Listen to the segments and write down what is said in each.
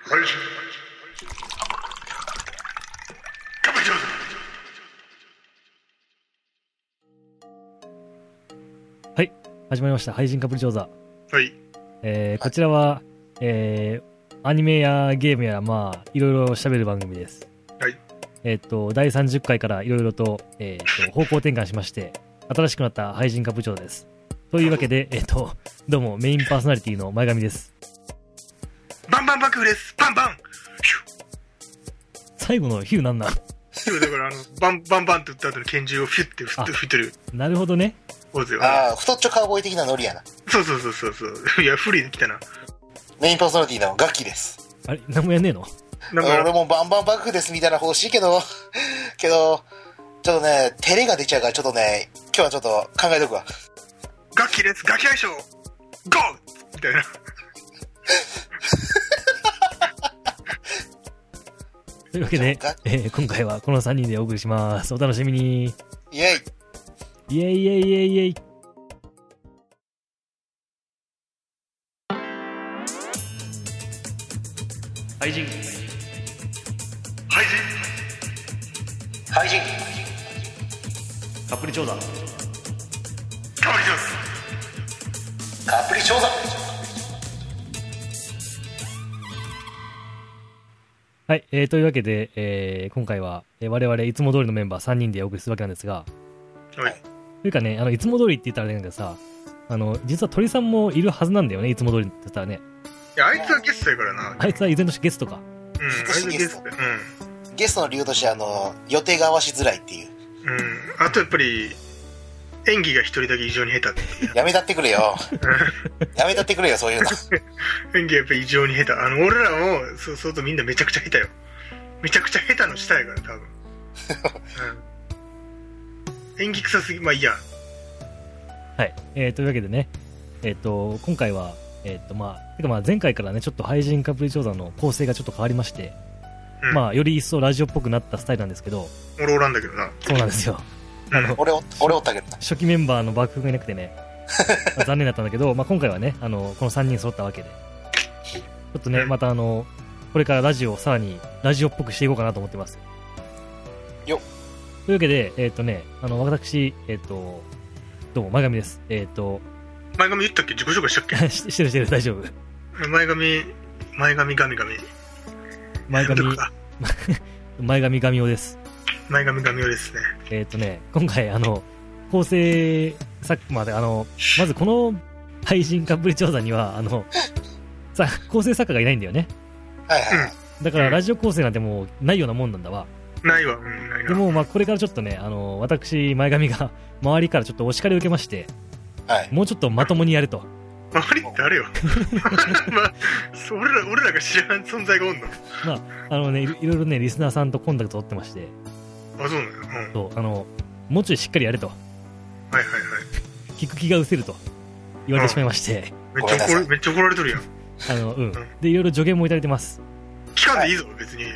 配信カプリチョーザ。 はい、始まりました配信カプリチョーザ。 はい。 こちらは、アニメやゲームやまあいろいろ喋る番組です。 はい。 第30回からいろいろと、方向転換しまして新しくなった配信カプリチョーザです。というわけでどうもメインパーソナリティの前髪です。 バンバン爆風です。バンバンヒュ最後のヒューなんなん？ ヒューだからバンバンバンって打った後に拳銃をフィュッて振ってる。 なるほどね。 ああ、太っちょカウボーイ的なノリやな。 そう。いや、フリーで来たな。 メインパーソナリティのガッキーです。 あれ、何もやんねえの？ 俺もバンバンバックですみたいな欲しいけど、ちょっとね、照れが出ちゃうから、ちょっとね、今日はちょっと考えとくわ。 ガッキーです。ガキ相性ゴーみたいな。 というわけで、今回はこの3人でお送りします。お楽しみに。 イエイイエイイエイイエイイエイ。配信カプリチョーザ。 カプリチョーザ。 カプリチョーザ。 はい、というわけで、今回は、我々いつも通りのメンバー3人でお送りするわけなんですが、 はい。 というかね、いつも通りって言ったらあれなんだけどさ、実は鳥さんもいるはずなんだよね、いつも通りって言ったらね。 いや、あいつはゲストやからな。 あいつは依然としてゲストか。 あいつはゲスト。 ゲストの理由として予定が合わしづらいっていう。 あとやっぱり演技が一人だけ異常に下手っていう。 やめたってくれよ。やめたってくれよ、そういうの。 演技がやっぱり異常に下手。俺らもそうとみんなめちゃくちゃ下手よ。めちゃくちゃ下手の下やから多分。演技臭すぎ、まあいいや。 はい、というわけでね、今回は前回からねちょっと配信カプリチョーザの構成がちょっと変わりまして、より一層ラジオっぽくなったスタイルなんですけど、 俺おらんだけどな。 そうなんですよ。 俺おったけどな。 初期メンバーの爆風がいなくてね、残念だったんだけど、今回はねこの3人揃ったわけで、ちょっとねまたこれからラジオをさらにラジオっぽくしていこうかなと思ってますよ。 というわけで私どうも前髪です。 前髪言ったっけ？自己紹介したっけ？ してる大丈夫。 前髪前髪神おです。前髪神おですね。 今回構成作まずこの配信カプリ調査には構成作家がいないんだよね。 はいはい。 だからラジオ構成なんてもうないようなもんなんだわ。 ないわ。ないでもこれからちょっとね私前髪が周りからちょっとお叱りを受けまして、 はい、 もうちょっとまともにやると。 周りってあれよ。俺らが知らん存在がおんの。 いろいろねリスナーさんとコンタクト取ってまして。 あ、そうなの。 そうもうちょいしっかりやれと。 はい。 聞く気が失せると言われてしまいまして。 めっちゃ怒られとるやん。 でいろいろ助言もいただいてます。 聞かんでいいぞ別に。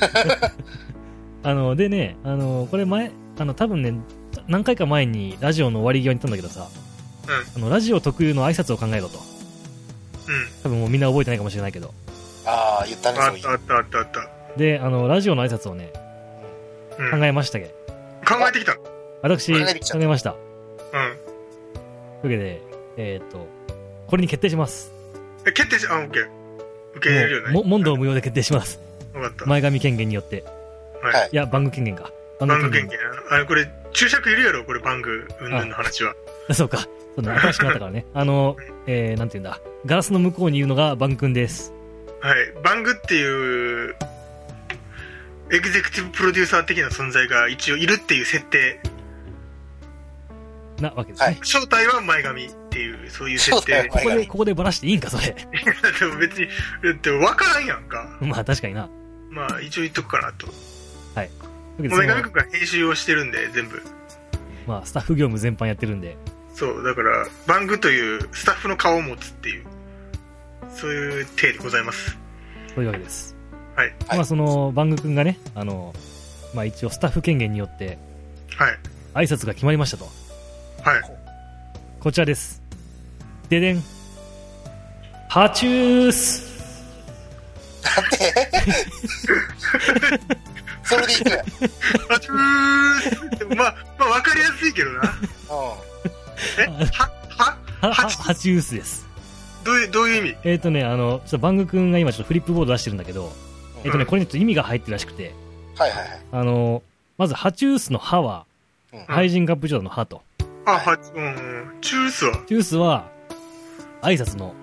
でねこれ前多分ね何回か前にラジオの終わり際に言ったんだけどさ、ラジオ特有の挨拶を考えろと。多分もうみんな覚えてないかもしれないけど。 ああ、言ったね。 あった。 でラジオの挨拶をね、考えましたけ。 考えてきた。 私考えました。というわけでこれに決定します。 決定し、オッケー。受け入れるよね。 問答無用で決定します。 分かった。 前髪権限によって。 はい。 いや、番組権限か。 番組権限。これ、注釈いるやろ、これ、番組、うんぬんの話は。 そうか。そんな新しくなったからね。なんていうんだ。ガラスの向こうにいるのが番組です。 はい。番組っていう、エグゼクティブプロデューサー的な存在が一応いるっていう設定。 なわけですね。 正体は前髪っていう、そういう設定。 ここでバラしていいんか、それ。 でも別に、分からんやんか。 まあ確かにな。 まあ一応言っとくかなと。 はい。 前髪くんが編集をしてるんで、全部。 まあスタッフ業務全般やってるんで。 そう、だから、番組というスタッフの顔を持つっていう、そういう体でございます。 そういうわけです。 はい。 まあその、番組くんがね、まあ一応スタッフ権限によって、 はい。 挨拶が決まりましたと。 はい。 こちらです。ででん。ハチュース。 てそれでいくや。 ハチュース。まあ、わかりやすいけどな。 ハチュースです。 どういう意味？ ちょっとバング君が今ちょっとフリップボード出してるんだけど、これにちょっと意味が入ってるらしくて、 はいはいはい。 まずハチュースの歯は、ハイジンカップジョーダの歯と。 チュースはチュースは、挨拶の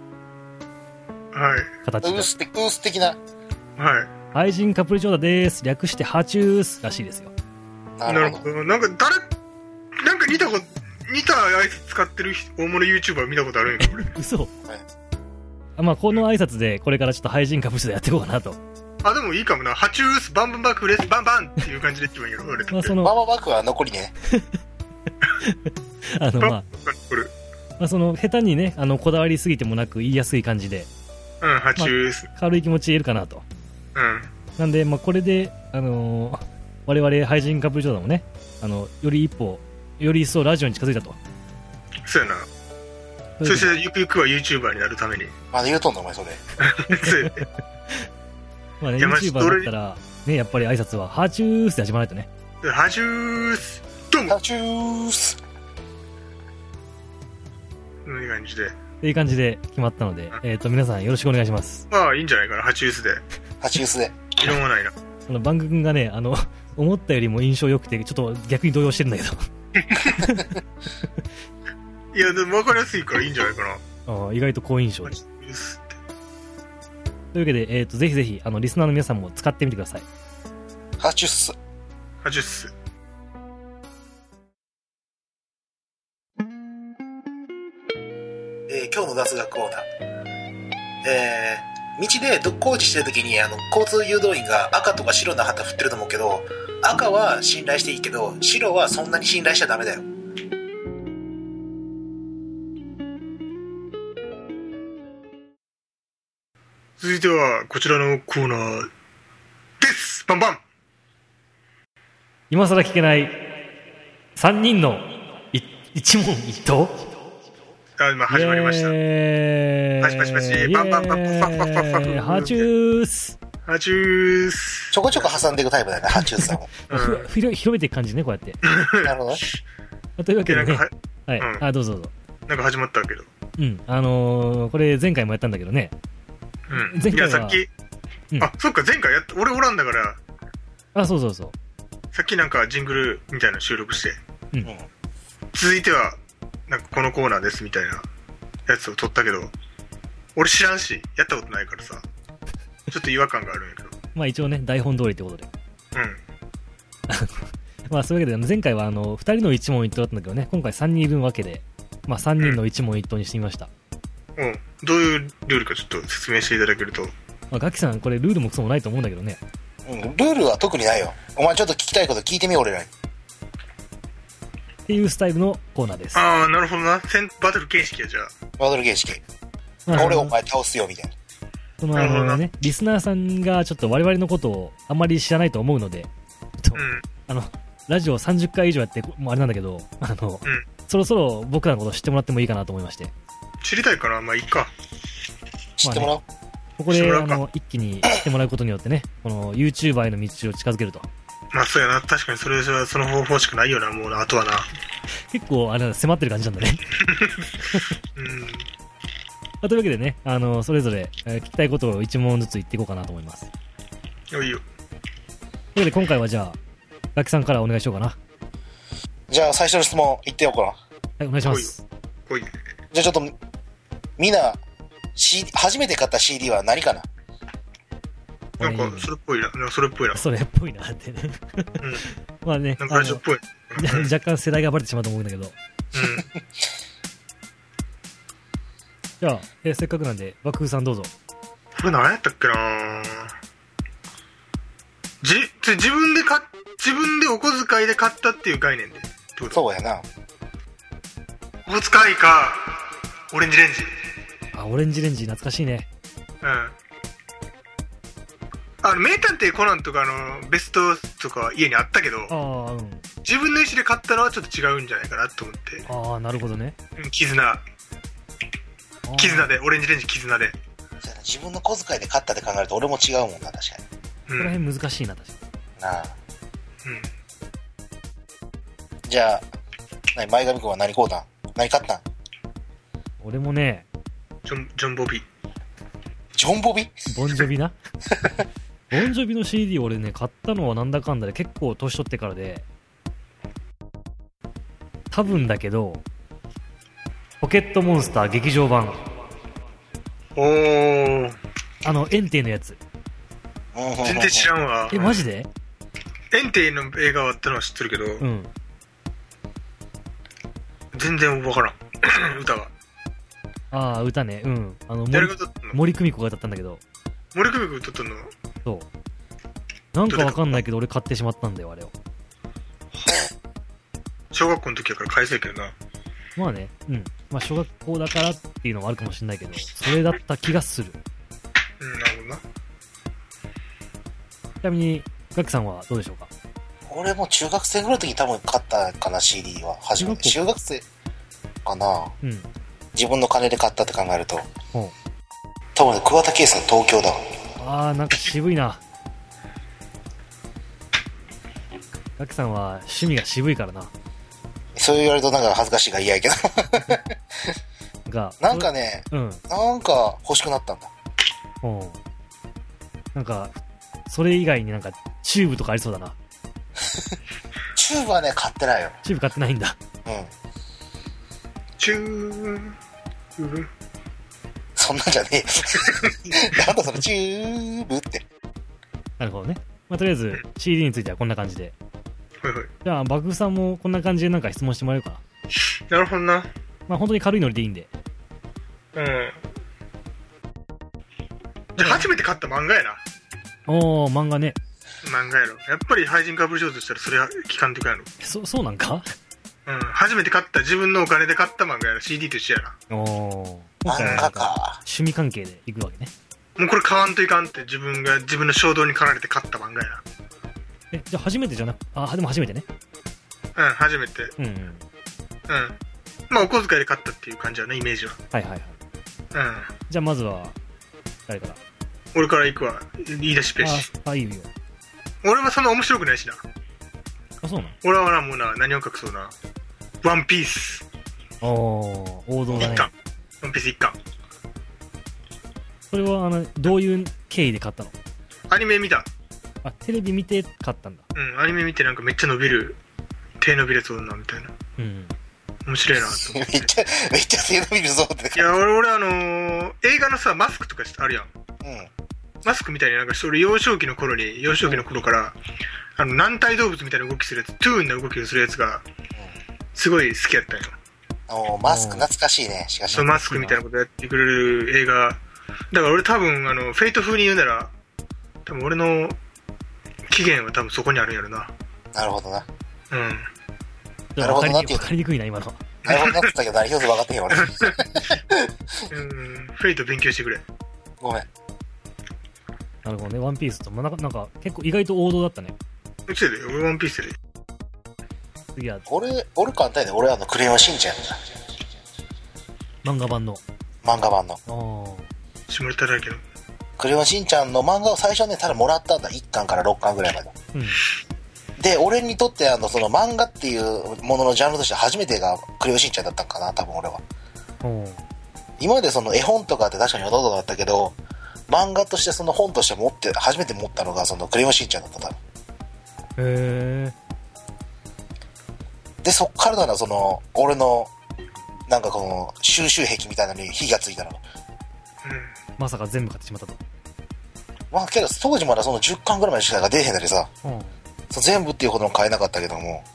形。 ウース的な。 はい。 ハイジンカプリチョーダでーす。略してハチュースらしいですよ。 なるほど。 なんか似た挨拶使ってる大物 YouTuber 見たことあるんやけど、俺。 嘘。はい、まあ、この挨拶でこれからちょっとハイジンカプリチョーダやっていこうかなと。 でもいいかもな。ハチュース、バンバンバックレス、バンバンっていう感じで言ってもいいよ、俺。 まあ、 バンバンバックは残りね。 まあ、下手にね、こだわりすぎてもなく言いやすい感じで。 ハチュース。 軽い気持ち言えるかなと。なんで、まあ、これで、我々、ハイジンカプリチョーダもね、より一層ラジオに近づいたと。 そうやな。そして、ゆくゆくは YouTuber になるために。 まだ言うとんの、お前、それ。 そうやね。 まあね、YouTuber だったら、ね、やっぱり挨拶は、ハチュースで始まらないとね。 ハチュース、どうも。 ハチュース。 いい感じで。 っていう感じで決まったので、皆さんよろしくお願いします。 いいんじゃないかな、ハチュースで。 ハチュースで。 異論はないな。 バング君がね、思ったよりも印象良くて、ちょっと逆に動揺してるんだけど。 いや、でも分かりやすいからいいんじゃないかな。 意外と好印象で。というわけで、ぜひぜひ、リスナーの皆さんも使ってみてください。 ハチュース。 ハチュース。 今日の雑学コーナー。道で工事してるときに交通誘導員が赤とか白の旗振ってると思うけど、赤は信頼していいけど、白はそんなに信頼しちゃダメだよ。 続いてはこちらのコーナーです。バンバン。 今更聞けない3人の一問一答。 今始まりました。パチパチパチ、バンバンバン、パフパフパフパフパフ。 ハチュース。 ハチュース。 ちょこちょこ挟んでいくタイプだよね、ハチュースさんも。 広めていく感じね、こうやって。 なるほどね。 というわけでね。はい。どうぞどうぞ。 なんか始まったけど。 これ前回もやったんだけどね。 前回は。いや、さっき。そっか、前回俺おらんだから。 そう。さっきなんかジングルみたいなの収録して。続いては、なんかこのコーナーですみたいなやつを撮ったけど、俺知らんし、やったことないからさ、ちょっと違和感があるんやけど。 まあ一応ね、台本通りってことで。まあそういうわけで、前回は2人の一問一答だったんだけどね、今回3人いるわけで、まあ3人の一問一答にしてみました。 どういうルールかちょっと説明していただけると。 ガキさん、これルールもクソもないと思うんだけどね。 ルールは特にないよ。お前ちょっと聞きたいこと聞いてみよう、俺らに。 っていうスタイルのコーナーです。 なるほどな。バトル形式や、じゃあ。 バトル形式。俺お前倒すよ、みたいな。 そのね、リスナーさんがちょっと我々のことをあんまり知らないと思うので、ラジオ30回以上やって、もうあれなんだけど、そろそろ僕らのこと知ってもらってもいいかなと思いまして。 知りたいかな？まあいいか。 知ってもらおう。 ここで一気に知ってもらうことによってね、この YouTuber への道を近づけると。まあそうやな、確かにその方法しかないよな、もうな、あとはな。 結構迫ってる感じなんだね。というわけでね、それぞれ聞きたいことを一問ずつ言っていこうかなと思います。 いいよ。というわけで今回はじゃあ、ガキさんからお願いしようかな。 じゃあ最初の質問言ってようかな。 はい、お願いします。 じゃあちょっと、みんな、初めて買った CD は何かな？ なんか、それっぽいな。それっぽいなってね。まあね。 なんかラジオっぽい。 若干世代がバレてしまうと思うんだけど。じゃあ、せっかくなんで、爆風さんどうぞ。 これ何やったっけな。自分でお小遣いで買ったっていう概念で。 そうやな。 お小遣いか、オレンジレンジ。 オレンジレンジ懐かしいね。 名探偵コナンとかベストとか家にあったけど、自分の意思で買ったのはちょっと違うんじゃないかなと思って。 なるほどね。 絆で、オレンジレンジ絆で。 自分の小遣いで買ったって考えると俺も違うもんな、確かに。 この辺難しいな、確かなあ。 うん。 じゃあ、前髪くんは何買うたん？何買ったん？ に。俺もね、 ジョンボビ。 ジョンボビ？ ボンジョビな。ボンジョビの CD 俺ね、買ったのはなんだかんだで結構年取ってからで、多分だけど、ポケットモンスター劇場版。 おー。 エンテイのやつ。 全然知らんわ。 マジで？ エンテイの映画はあったのは知ってるけど、 うん。 全然わからん。歌は。 ああ、歌ね。うん。 誰が歌ったの？ 森久美子が歌ったんだけど。 森久美子歌ったの？ そう。なんかわかんないけど俺買ってしまったんだよ、あれを。 小学校の時やから返せるけどな。 まあね、うん。まあ小学校だからっていうのもあるかもしれないけど、それだった気がする。 うん、なるほどな。 ちなみに、ガキさんはどうでしょうか？ 俺も中学生ぐらいの時に多分買ったかな、CD は。初めて。中学生かな。 うん。 自分の金で買ったって考えると。 ほう。 多分ね、桑田佳祐の東京だわ。 あー、なんか渋いな。ガキさんは趣味が渋いからな。 そう言われるとなんか恥ずかしいが嫌やけど。なんかね、 うん。 なんか欲しくなったんだ。 うん。なんか、それ以外になんか、チューブとかありそうだな。 チューブはね、買ってないよ。 チューブ買ってないんだ。 うん。 チューブ。 そんなんじゃねえ。なんだそのチューブって。 なるほどね。まあ、とりあえず、CD についてはこんな感じで。 はいはい。 じゃあ、バグさんもこんな感じでなんか質問してもらえるかな。 なるほどな。 まあ、本当に軽いノリでいいんで。 うん。じゃあ、初めて買った漫画やな。 おー、漫画ね。 漫画やろ。やっぱり廃人かぶり上手したらそれは期間とかやろ。 そうなんか？ うん。初めて買った、自分のお金で買った漫画やろ。CD と一緒やな。 おー。 漫画か。 趣味関係で行くわけね。 もうこれ買わんといかんって自分の衝動に駆られて買った漫画やな。 じゃあ初めてじゃなく、でも初めてね。 うん、初めて。 うんうん。 うん。まあ、お小遣いで買ったっていう感じやな、イメージは。 はいはいはい。 うん。 じゃあまずは、誰から？ 俺から行くわ。言い出しっぺし。 いいよ。 俺はそんな面白くないしな。 そうなの？ 俺はな、もうな、何を隠そうな。ワンピース。 王道だね。 一巻。ワンピース一巻。 それは、どういう経緯で買ったの？ アニメ見た。 テレビ見て買ったんだ。 うん、アニメ見てなんかめっちゃ伸びる、手伸びるやつおんな、みたいな。 うん。 面白いなと思って。 めっちゃ手伸びるぞって。 いや、俺映画のさ、マスクとかあるやん。 うん。 マスクみたいになんか、それ幼少期の頃から、軟体動物みたいな動きするやつ、トゥーンな動きをするやつが、すごい好きやったんよ。 マスク懐かしいね、しかし。 そのマスクみたいなことやってくれる映画。だから俺多分、フェイト風に言うなら、多分俺の期限は多分そこにあるんやろな。 なるほどな。 うん。 なるほどなって言う。 わかりにくいな、今の。 なるほどなって言ったけど、何一つ分かってへん俺。 フェイト勉強してくれ。 ごめん。 なるほどね、ワンピースと、なんか結構意外と王道だったね。 うちで、俺ワンピースで。 次は、 俺簡単やで、俺クレヨンしんちゃんや漫画版の。 漫画版の。 下ネタだけど。 クレヨンしんちゃんの漫画を最初ね、ただもらったんだ。1巻から6巻ぐらいまで。 うん。 で、俺にとってその漫画っていうもののジャンルとして初めてがクレヨンしんちゃんだったんかな、多分俺は。今までその絵本とかって確かにほとんどだったけど、漫画としてその本として初めて持ったのがそのクレヨンしんちゃんだった。 へー。 で、そっからならその、俺の、なんかこの、収集癖みたいなのに火がついたの。 まさか全部買ってしまったと。 まあけど当時まだその10巻ぐらいまでしか出えへんのにさ、全部っていうほども買えなかったけども、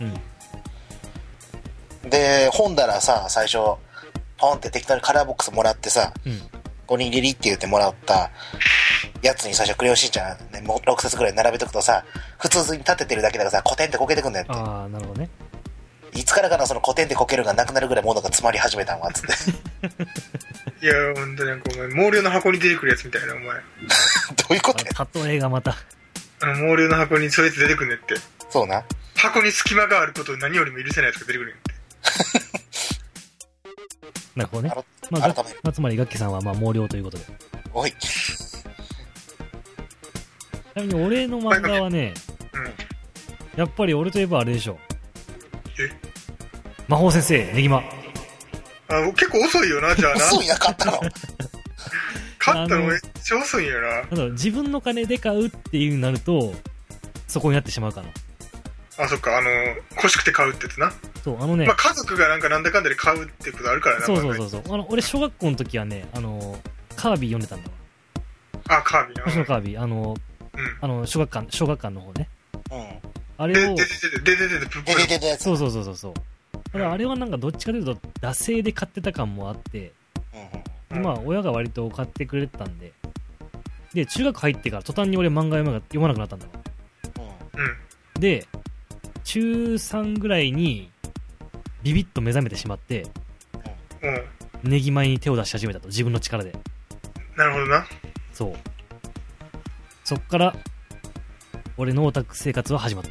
で本棚さ、最初ポンって適当にカラーボックスもらってさ、5人入りって言ってもらったやつに最初クレヨンしんちゃん、ね、6冊ぐらい並べとくとさ、普通に立ててるだけだからさ、コテンってこけてくんだよって。 ああ、なるほどね。 いつからかな、そのコテンってこけるがなくなるぐらい物が詰まり始めたんわっつっていやほんとなんかお前毛量の箱に出てくるやつみたいな、お前どういうことや。例えがまた毛量の箱にそいつ出てくんねって。 そうな。 箱に隙間があることを何よりも許せないやつが出てくるんって。 なるほどね。まあ、つまりガッキさんはまあ毛量ということで。 おい。 ちなみに俺の漫画はね、やっぱり俺といえばあれでしょ。魔法先生、ネギマ。 結構遅いよな、じゃあな。 遅いな、買ったの。 買ったのめっちゃ遅いんやな。 自分の金で買うっていうになると、そこになってしまうかな。 そっか、欲しくて買うってやつな。 そう、 まあ、家族がなんだかんだで買うってことあるからな。 そう。俺、小学校の時はね、カービィ読んでたんだわ。カービィな。 星のカービィ。小学館の方ね。あれを。そう。あれはなんかどっちかというと、惰性で買ってた感もあって、でまあ、親が割と買ってくれてたんで、で、中学入ってから途端に俺漫画読まなくなったんだわ。で、中3ぐらいに、ビビッと目覚めてしまって、ネギ前に手を出し始めたと、自分の力で。 なるほどな。 そう。そっから、俺のオタク生活は始まった。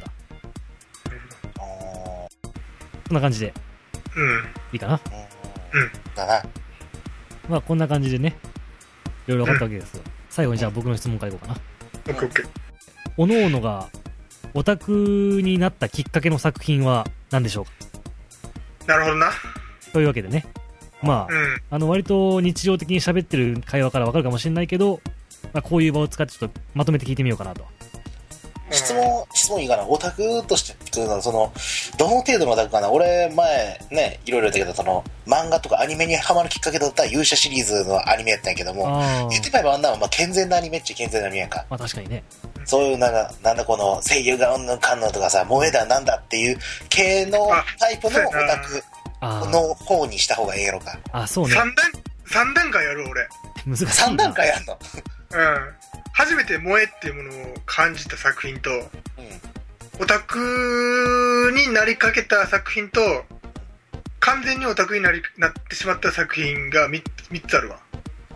こんな感じで。いいかな。 だな。 まあ、こんな感じでね、いろいろ分かったわけですよ。最後にじゃあ僕の質問からいこうかな。 オッケー。 おのおのが、オタクになったきっかけの作品は何でしょうか。 なるほどな。 というわけでね。まあ、割と日常的に喋ってる会話から分かるかもしれないけど、まあ、こういう場を使ってちょっとまとめて聞いてみようかなと。 質問いいかな。オタクとしてっていうのは、どの程度のオタクかな。俺、前、ね、いろいろ言ったけど、漫画とかアニメにハマるきっかけだったら勇者シリーズのアニメやったんやけども、言ってみればあんなのは、健全なアニメっちゃ健全なアニメやんか。 まあ確かにね。 そういうなんだこの声優がうんぬんかんぬんとかさ、萌えだなんだっていう系のタイプのオタクの方にした方がええやろか。 そうね。 3段階やる俺。 難しいな。 3段階やんの。 初めて萌えっていうものを感じた作品と、オタクになりかけた作品と、完全にオタクになってしまった作品が 3つあるわ。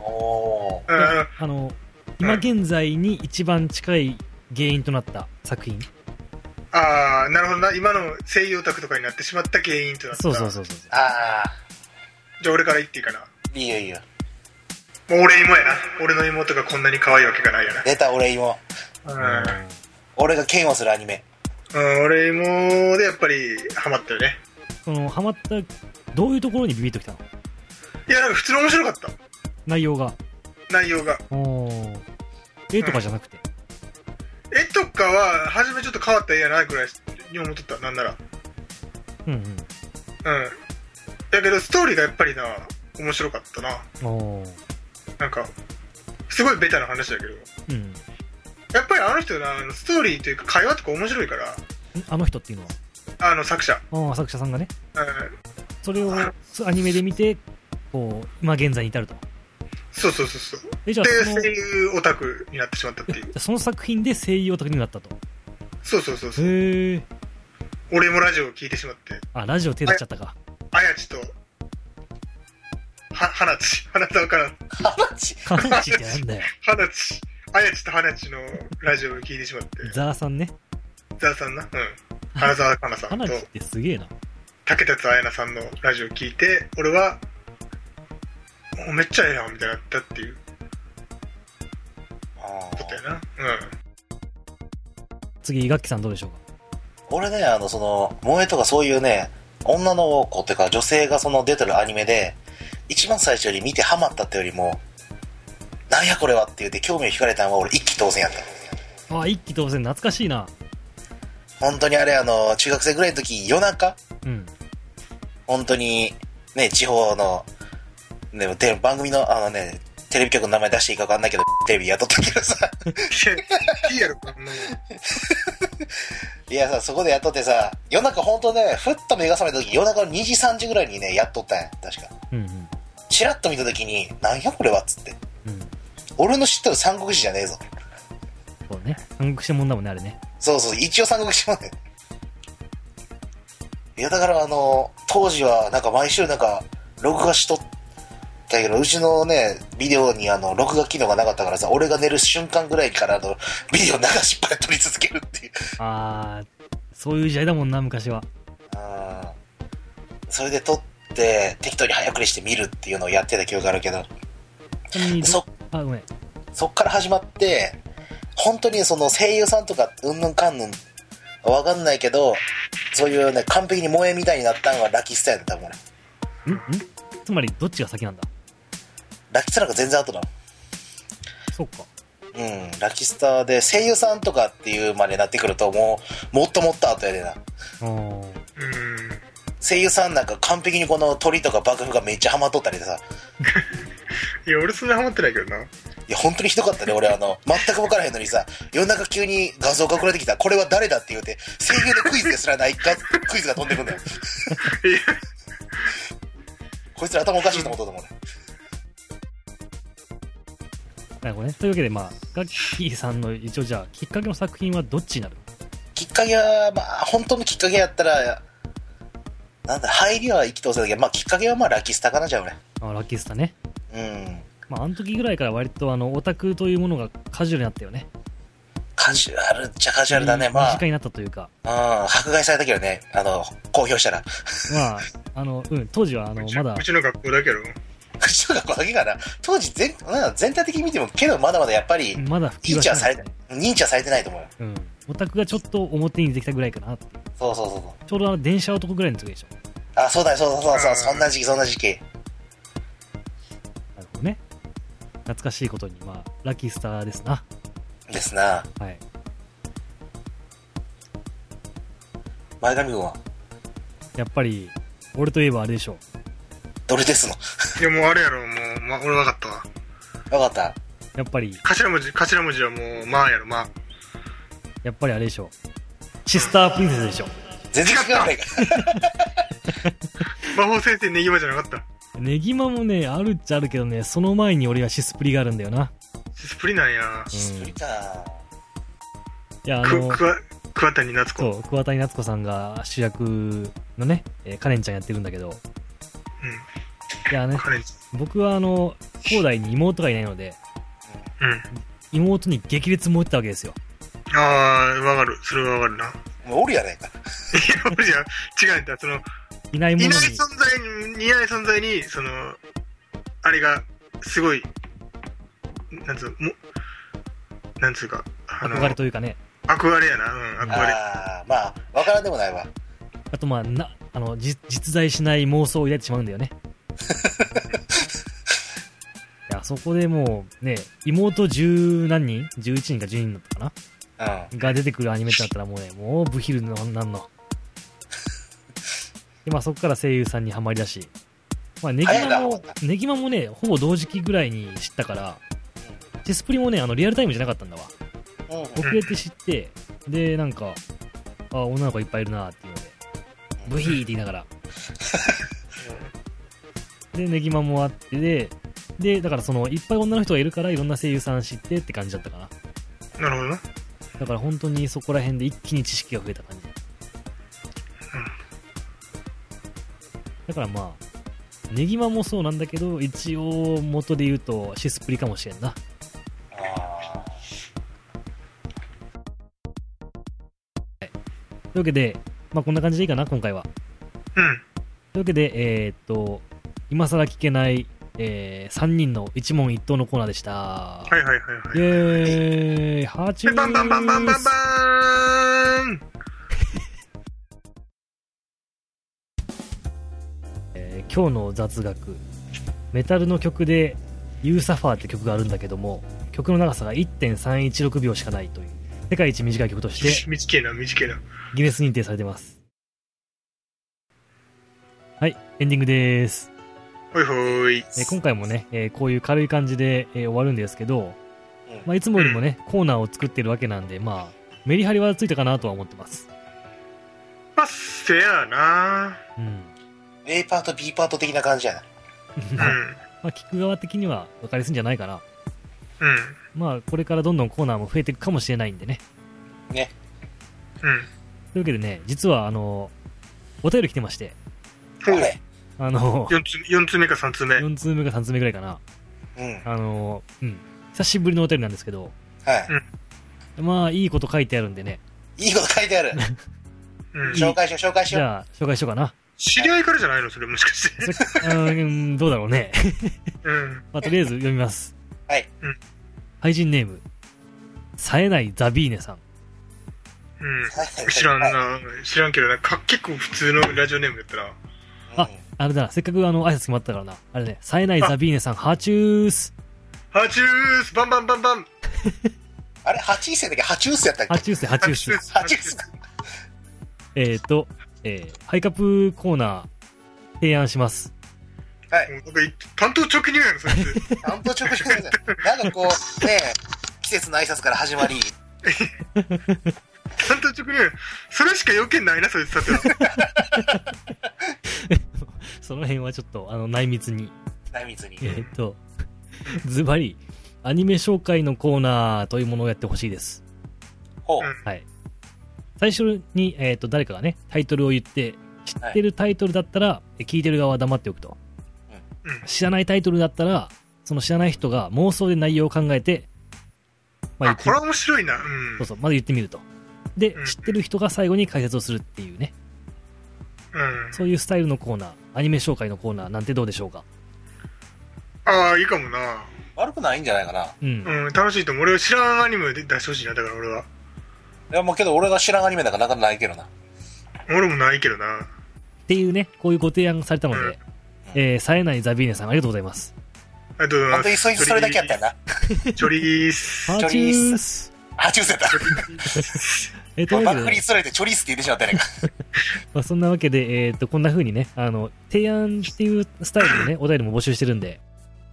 今現在に一番近い原因となった作品。 なるほどな。今の声優オタクとかになってしまった原因となった。 そう。 じゃあ俺から言っていいかな。 いいよ。 もう俺妹やな。俺の妹がこんなに可愛いわけがないやな。 出た俺妹。俺が嫌悪するアニメ。 俺妹でやっぱりハマったよね。 ハマった、どういうところにビビッときたの？ いや、なんか普通に面白かった。 内容が。絵とかじゃなくて。 絵とかは、初めちょっと変わった絵やなぐらいに思っとった、なんなら。だけど、ストーリーがやっぱりな、面白かったな。なんか、すごいベタな話だけど。やっぱりあの人な、ストーリーというか会話とか面白いから。 あの人っていうのは作者。 作者さんがね。それをアニメで見て、こう、今現在に至ると。 そう。で、声優オタクになってしまったっていう。 その作品で声優オタクになったと。 そう。 へえ。 俺もラジオを聞いてしまって。 ラジオ手出しちゃったか。 あやちと、花澤香菜。 花ちってなんだよ。 あやちと花ちのラジオを聞いてしまって。 ザーさんね。 ザーさんな。花澤香菜さんと。 花ちってすげえな。 竹達彩奈さんのラジオを聞いて、俺は、めっちゃええやんみたいになったっていうことやな。 次、ガッキさんどうでしょうか。 俺ね、萌えとかそういうね、女の子っていうか女性が出てるアニメで、一番最初に見てハマったってよりも、なんやこれはって言って興味を惹かれたのは俺一気当選やった。 一気当選懐かしいな。 本当にあれ中学生ぐらいの時夜中、本当にね、地方のでも番組のテレビ局の名前出していいか分かんないけどテレビ雇ったけどさいいやろいやさ、そこでやっとってさ、夜中ほんとね、ふっと目が覚めた時夜中の2時3時ぐらいにねやっとったんや、確か。チラッと見た時になんやこれはっつって、俺の知ってる三国志じゃねえぞ。 そうね、三国志もんだもんね、あれね。 そう、一応三国志もんね。いやだから当時はなんか毎週なんか録画しとったけど、うちのねビデオに録画機能がなかったからさ、俺が寝る瞬間ぐらいからビデオ流しっぱで撮り続けるっていう。 そういう時代だもんな、昔は。 それで撮って適当に早送りして見るっていうのをやってた記憶があるけど、 あ、ごめん。 そっから始まって、本当にその声優さんとかうんぬんかんぬんわかんないけど、そういうね完璧に萌えみたいになったのはラキスタやね、多分俺。 つまりどっちが先なんだ。 ラキスタなんか全然後だもん。 そっか。 ラキスタで声優さんとかっていうまでなってくるともっと後やでな。声優さんなんか完璧にこの鳥とか爆風がめっちゃハマっとったりでさ。 いや俺そんなハマってないけどな。 いや本当にひどかったね。俺全く分からへんのにさ、夜中急に画像が送られてきた、これは誰だって言うて声優のクイズですらないかクイズが飛んでくんだよ。こいつら頭おかしいと思ったと思うね。 なるほどね。というわけでガッキーさんの一応じゃあきっかけの作品はどっちになる？ きっかけは本当のきっかけやったらなんだ、入りは生き通せたけど、きっかけはラキスタかな、じゃあ俺。 ラキスタね。あの時ぐらいから割とオタクというものがカジュアルになったよね。 カジュアルっちゃカジュアルだね。 身近になったというか。 迫害されたけどね、公表したら。 当時はまだ。 うちの学校だけど。 うちの学校だけかな。当時全体的に見ても、けどまだまだやっぱり、認知はされてないと思うよ。 オタクがちょっと表に出てきたぐらいかなって。 そう。 ちょうど電車男ぐらいの時でしょ。 あ、そうだよ、そう、そんな時期。なるほどね。懐かしいことに、ラキスタですな。 ですな。 はい。 前髪君はやっぱり、俺といえばあれでしょう。 どれですの？ いやもうあれやろ、もう、俺分かったわ。 分かった。 やっぱり。 頭文字はもう、やろ、 やっぱりあれでしょう。シスタープリンセスでしょ。 全然違うないか。 魔法先生ネギマじゃなかった。 ネギマもね、あるっちゃあるけどね、その前に俺はシスプリがあるんだよな。 シスプリなんや。 シスプリか。 いや、 桑谷夏子。 そう、桑谷夏子さんが主役のね、カレンちゃんやってるんだけど。いやね、僕は兄弟に妹がいないので、妹に激烈燃えてたわけですよ。 わかる。それはわかるな。 もうおるやないか。 いや、俺じゃ違うんだ。 いないものに。いない存在に、あれが、すごい、なんつうか、 憧れというかね。 憧れやな、憧れ。 わからんでもないわ。 あと実在しない妄想を抱いてしまうんだよね。いや、そこでもう、ね、妹10何人 ?11 人か10人だったかな、が出てくるアニメってなったらもうブヒルのなんの。で、そこから声優さんにはまりだし、ネギマもね、ほぼ同時期ぐらいに知ったから、シスプリもね、リアルタイムじゃなかったんだわ。遅れて知って、で、女の子いっぱいいるなっていうので、ブヒーって言いながら。で、ネギマもあってで、だからいっぱい女の人がいるからいろんな声優さん知ってって感じだったかな。なるほどな。 だから本当にそこら辺で一気に知識が増えた感じ。だからネギマもそうなんだけど、一応元で言うとシスプリかもしれんな。というわけで、こんな感じでいいかな、今回は。というわけで、今更聞けない、3人の一問一答のコーナーでした。 はい。 イェーイ、ハチュース。 バンバンバンバンバンバーン。 今日の雑学、メタルの曲でユーサファーって曲があるんだけども、曲の長さが 1.316 秒しかないという世界一短い曲として短いなギネス認定されてます。はい、エンディングです。 ほい。 今回もね、こういう軽い感じで、終わるんですけど、いつもよりもね、コーナーを作ってるわけなんで、メリハリはついたかなとは思ってます。 せやな。 A パート B パート的な感じやな。 聞く側的には分かりやすいんじゃないかな。これからどんどんコーナーも増えていくかもしれないんでね。 というわけでね、実はお便り来てまして。 4通目か3通目。 4通目か3通目ぐらいかな。久しぶりのお便りなんですけど、いいこと書いてあるんでね。 いいこと書いてある。紹介しよう。 じゃあ、紹介しようかな。 知り合いからじゃないのそれもしかして。 どうだろうね。とりあえず読みます。 はい。 配信ネーム、冴えないザビーネさん。 知らんな。知らんけどな。結構普通のラジオネームだったら。 あれだな。せっかく挨拶決まったからな。あれね、冴えないザビーネさん、ハチュース。 ハチュースバンバンバンバンあれハチースやったっけハチュースやったっけハチュース。ハチュース。ハイカプコーナー、提案します。 はい。担当直入やん、そいつ。 担当直入やん。なんかこう、ね季節の挨拶から始まり。 担当直入やん。それしか要件ないな、そいつさては。 その辺はちょっと、内密に。 内密に。 ズバリ、アニメ紹介のコーナーというものをやってほしいです。 ほう。 はい。最初に、誰かがね、タイトルを言って、知ってるタイトルだったら、聞いてる側は黙っておくと。知らないタイトルだったら、その知らない人が妄想で内容を考えて、 これは面白いな。 そうそう、まず言ってみると。で、知ってる人が最後に解説をするっていうね。そういうスタイルのコーナー、アニメ紹介のコーナーなんてどうでしょうか。 ああ、いいかもな。 悪くないんじゃないかな。 楽しいと思う。俺は知らんアニメで出してほしいな、だから俺は。 いや、もうけど俺が知らんアニメだからなかなかないけどな。 俺もないけどな。 っていうね、こういうご提案されたので、冴えないザビーネさんありがとうございます。 ありがとうございます。 本当にそれだけやったよな。 チョリース。 ハチュース。 ハチュースやった。バックリストレートでチョリースって言ってしまったやねんか。 まあそんなわけで、こんな風にね、提案っていうスタイルでね、お便りも募集してるんで、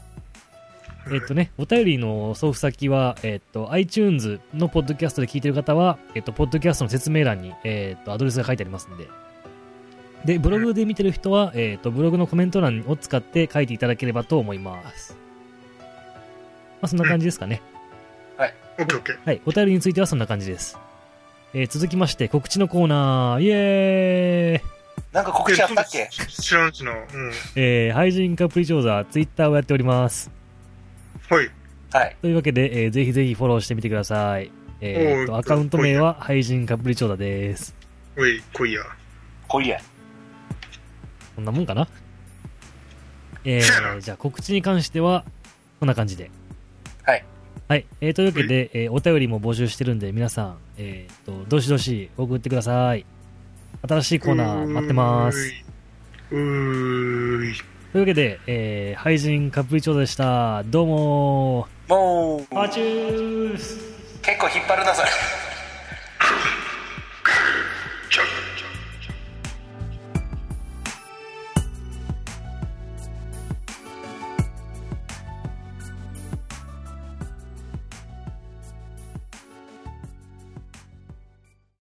お便りの送付先は、iTunes のポッドキャストで聞いてる方は、ポッドキャストの説明欄に、アドレスが書いてありますんで、で、ブログで見てる人は、ブログのコメント欄を使って書いていただければと思います。まあ、そんな感じですかね。 はい。 オッケーオッケー。 はい。お便りについてはそんな感じです。続きまして、告知のコーナー、イエーイ。 なんか告知あったっけ？ 知らんしな。 配信カプリチョーザ、ツイッターをやっております。 はい。はい。 というわけで、ぜひぜひフォローしてみてください。アカウント名は配信カプリチョーザです。 おい、来いや。 来いや。 こんなもんかな。じゃあ告知に関しては、こんな感じで。 はい。 はい。というわけで、お便りも募集してるんで、皆さん、どしどし送ってください。新しいコーナー待ってます。というわけで、配信カプリチョーザでした。どうもー。 もう。 ハチュース。 結構引っ張るな、それ。